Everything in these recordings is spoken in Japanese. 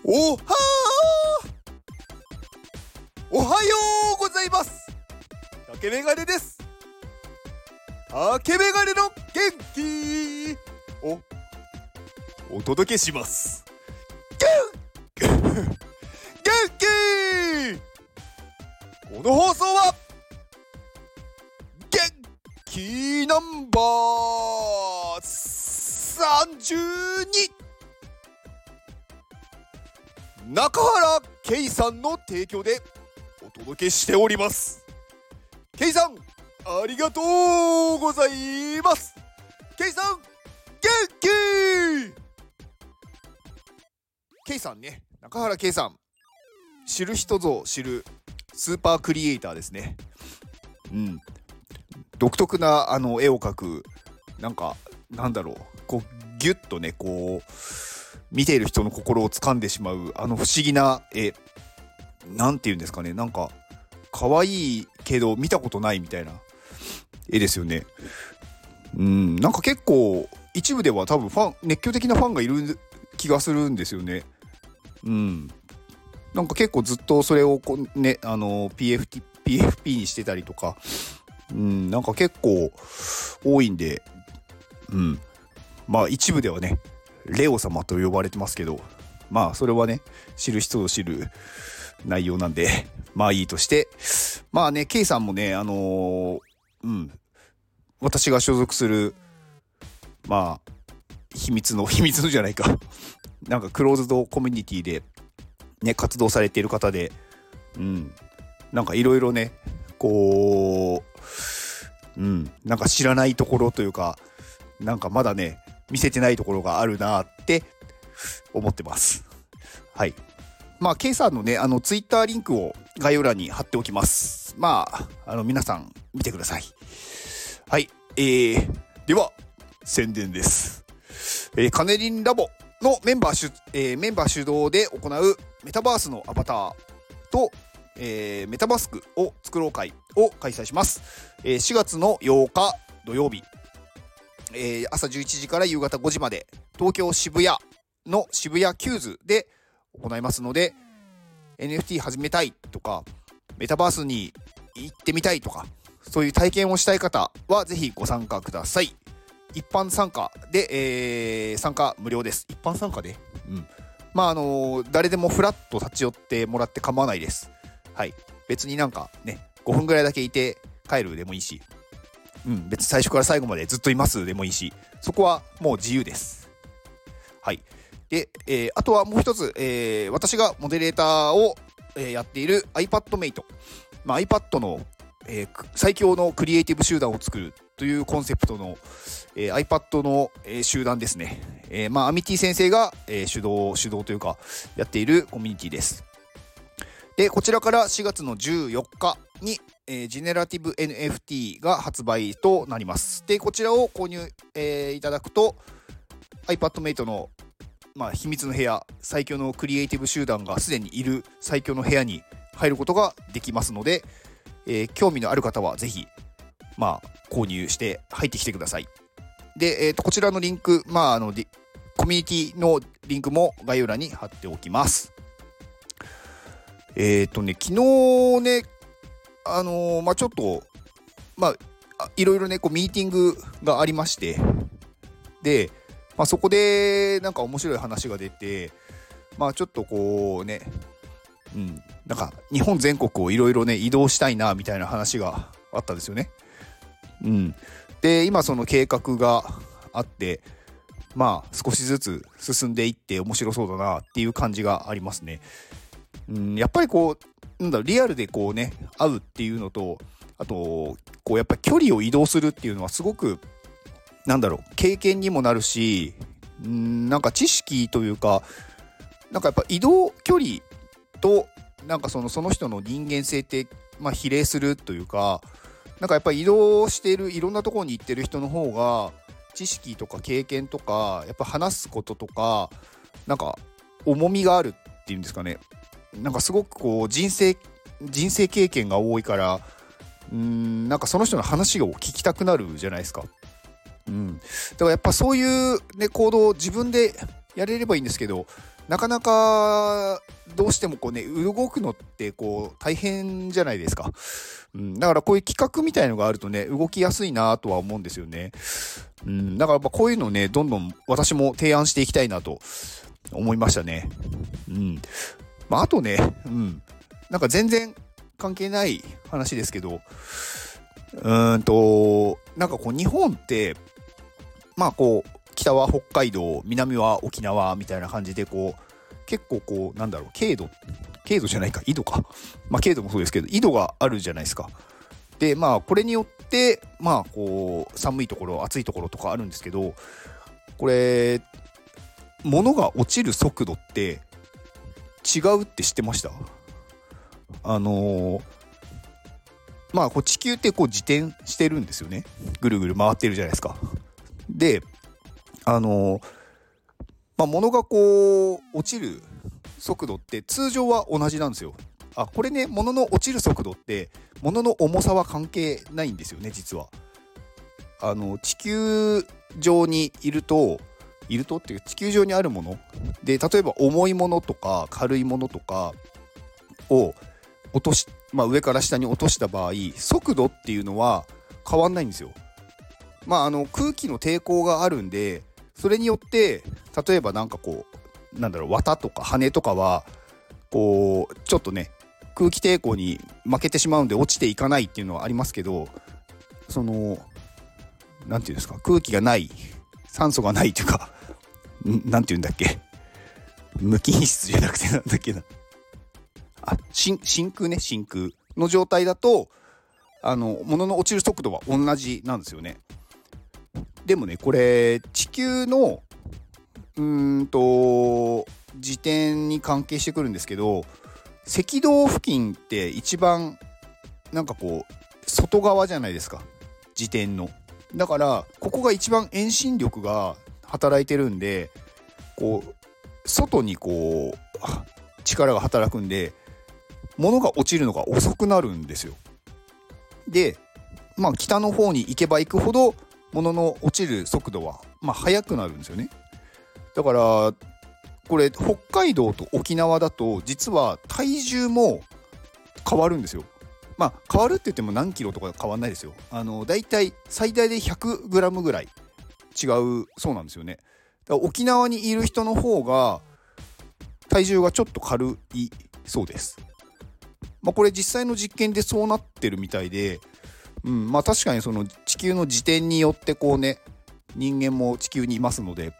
おはようございます。竹メガネです。竹メガネの元気をお届けします。元気この放送は元気ナンバー32中原圭さんの提供でお届けしております。圭さんありがとうございます。圭さん元気。圭さんね、中原圭さん、知る人ぞ知るスーパークリエイターですね。独特な絵を描く、こうギュッとね、こう見ている人の心を掴んでしまう不思議な絵、なんていうんですかね、なんか可愛いけど見たことないみたいな絵ですよね。なんか結構一部では多分熱狂的なファンがいる気がするんですよね。なんか結構ずっとそれをね、PFP にしてたりとか、なんか結構多いんで、まあ一部ではねレオ様と呼ばれてますけど、まあそれはね知る人ぞ知る内容なんでまあいいとして、まあね K さんもね私が所属するまあ秘密のじゃないかなんかクローズドコミュニティでね活動されている方で、なんかいろいろねこうなんか知らないところというか、なんかまだね見せてないところがあるなって思ってます。はい。まあ K さんのねツイッターリンクを概要欄に貼っておきます。まあ皆さん見てください。はい。では宣伝です。カネリンラボのメンバー主導で行うメタバースのアバターと、メタバスクを作ろう会を開催します。4月の8日土曜日、朝11時から夕方5時まで東京渋谷の渋谷キューズで行いますので、 NFT 始めたいとかメタバースに行ってみたいとか、そういう体験をしたい方はぜひご参加ください。一般参加で、参加無料です。一般参加で、まあ誰でもフラッと立ち寄ってもらって構わないです。はい。別になんかね5分ぐらいだけいて帰るでもいいし、別に最初から最後までずっといますでもいいし、そこはもう自由です。はい。で、あとはもう一つ、私がモデレーターを、やっている iPadMate、iPad の、最強のクリエイティブ集団を作るというコンセプトの、iPad の、集団ですね。アミティ先生が、主導というかやっているコミュニティです。でこちらから4月の14日に、ジェネラティブ NFT が発売となります。でこちらを購入、いただくと iPadMate の、秘密の部屋、最強のクリエイティブ集団がすでにいる最強の部屋に入ることができますので、興味のある方はぜひ、購入して入ってきてください。で、こちらのリンク、コミュニティのリンクも概要欄に貼っておきます。昨日ね、ちょっと、いろいろね、ミーティングがありまして、で、そこでなんか面白い話が出て、ちょっとこうね、なんか日本全国をいろいろね、移動したいな、みたいな話があったんですよね。で、今その計画があって、少しずつ進んでいって面白そうだなっていう感じがありますね。やっぱりこうリアルでこうね会うっていうのと、あとこうやっぱり距離を移動するっていうのはすごく経験にもなるし、なんか知識というか、なんかやっぱ移動距離となんかその人の人間性って比例するというか、なんかやっぱり移動しているいろんなところに行ってる人の方が知識とか経験とかやっぱ話すこととかなんか重みがあるっていうんですかね。なんかすごくこう人生経験が多いから、なんかその人の話を聞きたくなるじゃないですか。だからやっぱそういうね行動を自分でやれればいいんですけど、 なかなかどうしてもこうね動くのってこう大変じゃないですか。だからこういう企画みたいのがあるとね動きやすいなとは思うんですよね。だからこういうのをねどんどん私も提案していきたいなと思いましたね。あとね、なんか全然関係ない話ですけど、なんかこう日本ってこう北は北海道、南は沖縄みたいな感じでこう結構こう経度じゃないか、緯度か、経度もそうですけど緯度があるじゃないですか。でこれによってこう寒いところ暑いところとかあるんですけど、これ物が落ちる速度って違うって知ってました？こう地球ってこう自転してるんですよね。ぐるぐる回ってるじゃないですか。で物がこう落ちる速度って通常は同じなんですよ。これね、物の落ちる速度って物の重さは関係ないんですよね、実は。地球上にいるとっていう地球上にあるもので、例えば重いものとか軽いものとかを落とし、上から下に落とした場合、速度っていうのは変わんないんですよ。空気の抵抗があるんで、それによって例えば綿とか羽とかはこうちょっとね空気抵抗に負けてしまうんで落ちていかないっていうのはありますけど、なんていうんですか、空気がない、酸素がないというか、なんていうんだっけ、無機質じゃなくてなんだっけな、真空の状態だと物の落ちる速度は同じなんですよね。でもね、これ地球の自転に関係してくるんですけど、赤道付近って一番こう外側じゃないですか、自転の。だからここが一番遠心力が働いてるんで、こう外にこう力が働くんで物が落ちるのが遅くなるんですよ。で北の方に行けば行くほど物の落ちる速度は速くなるんですよね。だからこれ北海道と沖縄だと実は体重も変わるんですよ。変わるって言っても何キロとか変わんないですよ。だいたい最大で 100g ぐらい違うそうなんですよね。だから沖縄にいる人の方が体重がちょっと軽いそうです。これ実際の実験でそうなってるみたいで、確かにその地球の自転によってこうね、人間も地球にいますので、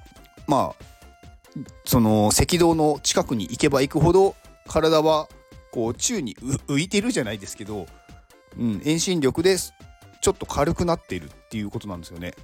その赤道の近くに行けば行くほど体はこう宙に浮いてるじゃないですけど、遠心力でちょっと軽くなっているっていうことなんですよね。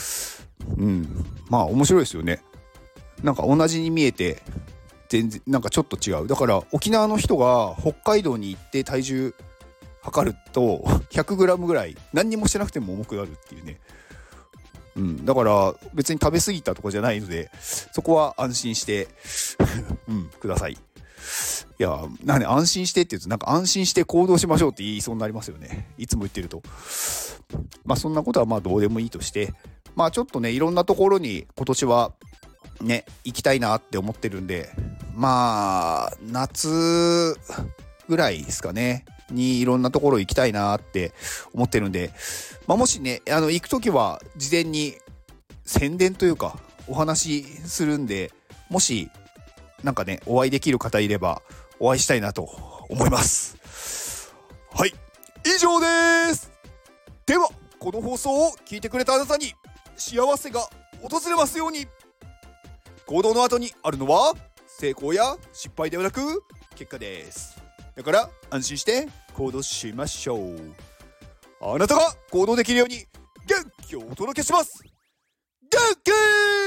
面白いですよね。同じに見えて全然ちょっと違う。だから沖縄の人が北海道に行って体重測ると 100g ぐらい何にもしてなくても重くなるっていうね。だから別に食べ過ぎたとかじゃないので、そこは安心してください。いや安心してって言うと安心して行動しましょうって言いそうになりますよね、いつも言ってると。そんなことはどうでもいいとして、ちょっとねいろんなところに今年はね行きたいなって思ってるんで、夏ぐらいですかねにいろんなところ行きたいなって思ってるんで、もしね行くときは事前に宣伝というかお話しするんで、もしお会いできる方いればお会いしたいなと思います。はい、以上です。ではこの放送を聞いてくれたあなたに幸せが訪れますように。行動の後にあるのは成功や失敗ではなく結果です。だから安心して行動しましょう。あなたが行動できるように元気をお届けします。元気